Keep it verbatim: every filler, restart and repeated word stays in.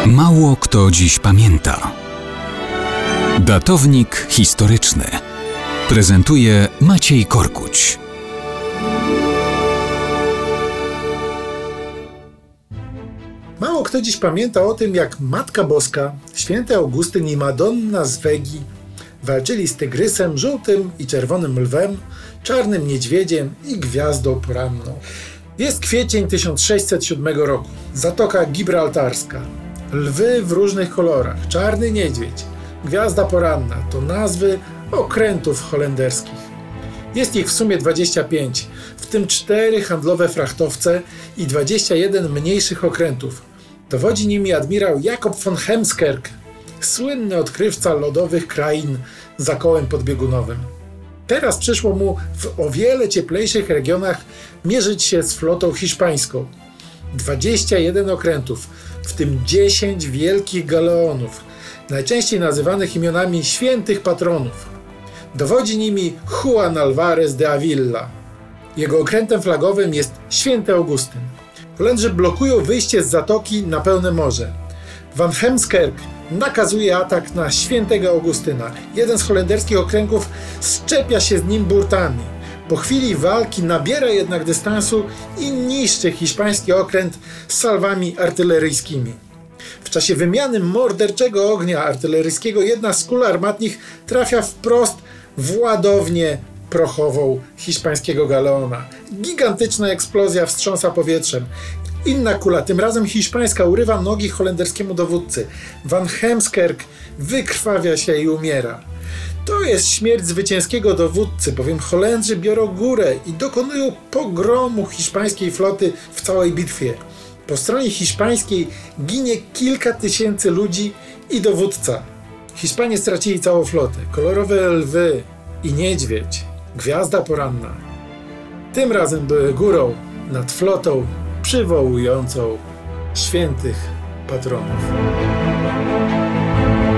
Mało kto dziś pamięta. Datownik historyczny prezentuje Maciej Korkuć. Mało kto dziś pamięta o tym, jak Matka Boska, święty Augustyn i Madonna z Wegi walczyli z tygrysem, żółtym i czerwonym lwem, czarnym niedźwiedziem i gwiazdą poranną. Jest kwiecień tysiąc sześćset siódmego roku. Zatoka Gibraltarska. Lwy w różnych kolorach, czarny niedźwiedź, gwiazda poranna to nazwy okrętów holenderskich. Jest ich w sumie dwadzieścia pięć, w tym cztery handlowe frachtowce i dwadzieścia jeden mniejszych okrętów. Dowodzi nimi admirał Jacob von Heemskerck, słynny odkrywca lodowych krain za kołem podbiegunowym. Teraz przyszło mu w o wiele cieplejszych regionach mierzyć się z flotą hiszpańską. dwadzieścia jeden okrętów, w tym dziesięć wielkich galeonów, najczęściej nazywanych imionami świętych patronów. Dowodzi nimi Juan Alvarez de Avila. Jego okrętem flagowym jest święty Augustyn. Holendrzy blokują wyjście z zatoki na pełne morze. Van Heemskerck nakazuje atak na świętego Augustyna. Jeden z holenderskich okrętów szczepia się z nim burtami. Po chwili walki nabiera jednak dystansu i niszczy hiszpański okręt z salwami artyleryjskimi. W czasie wymiany morderczego ognia artyleryjskiego jedna z kul armatnich trafia wprost w ładownię prochową hiszpańskiego galeona. Gigantyczna eksplozja wstrząsa powietrzem. Inna kula, tym razem hiszpańska, urywa nogi holenderskiemu dowódcy. Van Heemskerck wykrwawia się i umiera. To jest śmierć zwycięskiego dowódcy, bowiem Holendrzy biorą górę i dokonują pogromu hiszpańskiej floty w całej bitwie. Po stronie hiszpańskiej ginie kilka tysięcy ludzi i dowódca. Hiszpanie stracili całą flotę. Kolorowe lwy i niedźwiedź, gwiazda poranna, tym razem były górą nad flotą przywołującą świętych patronów.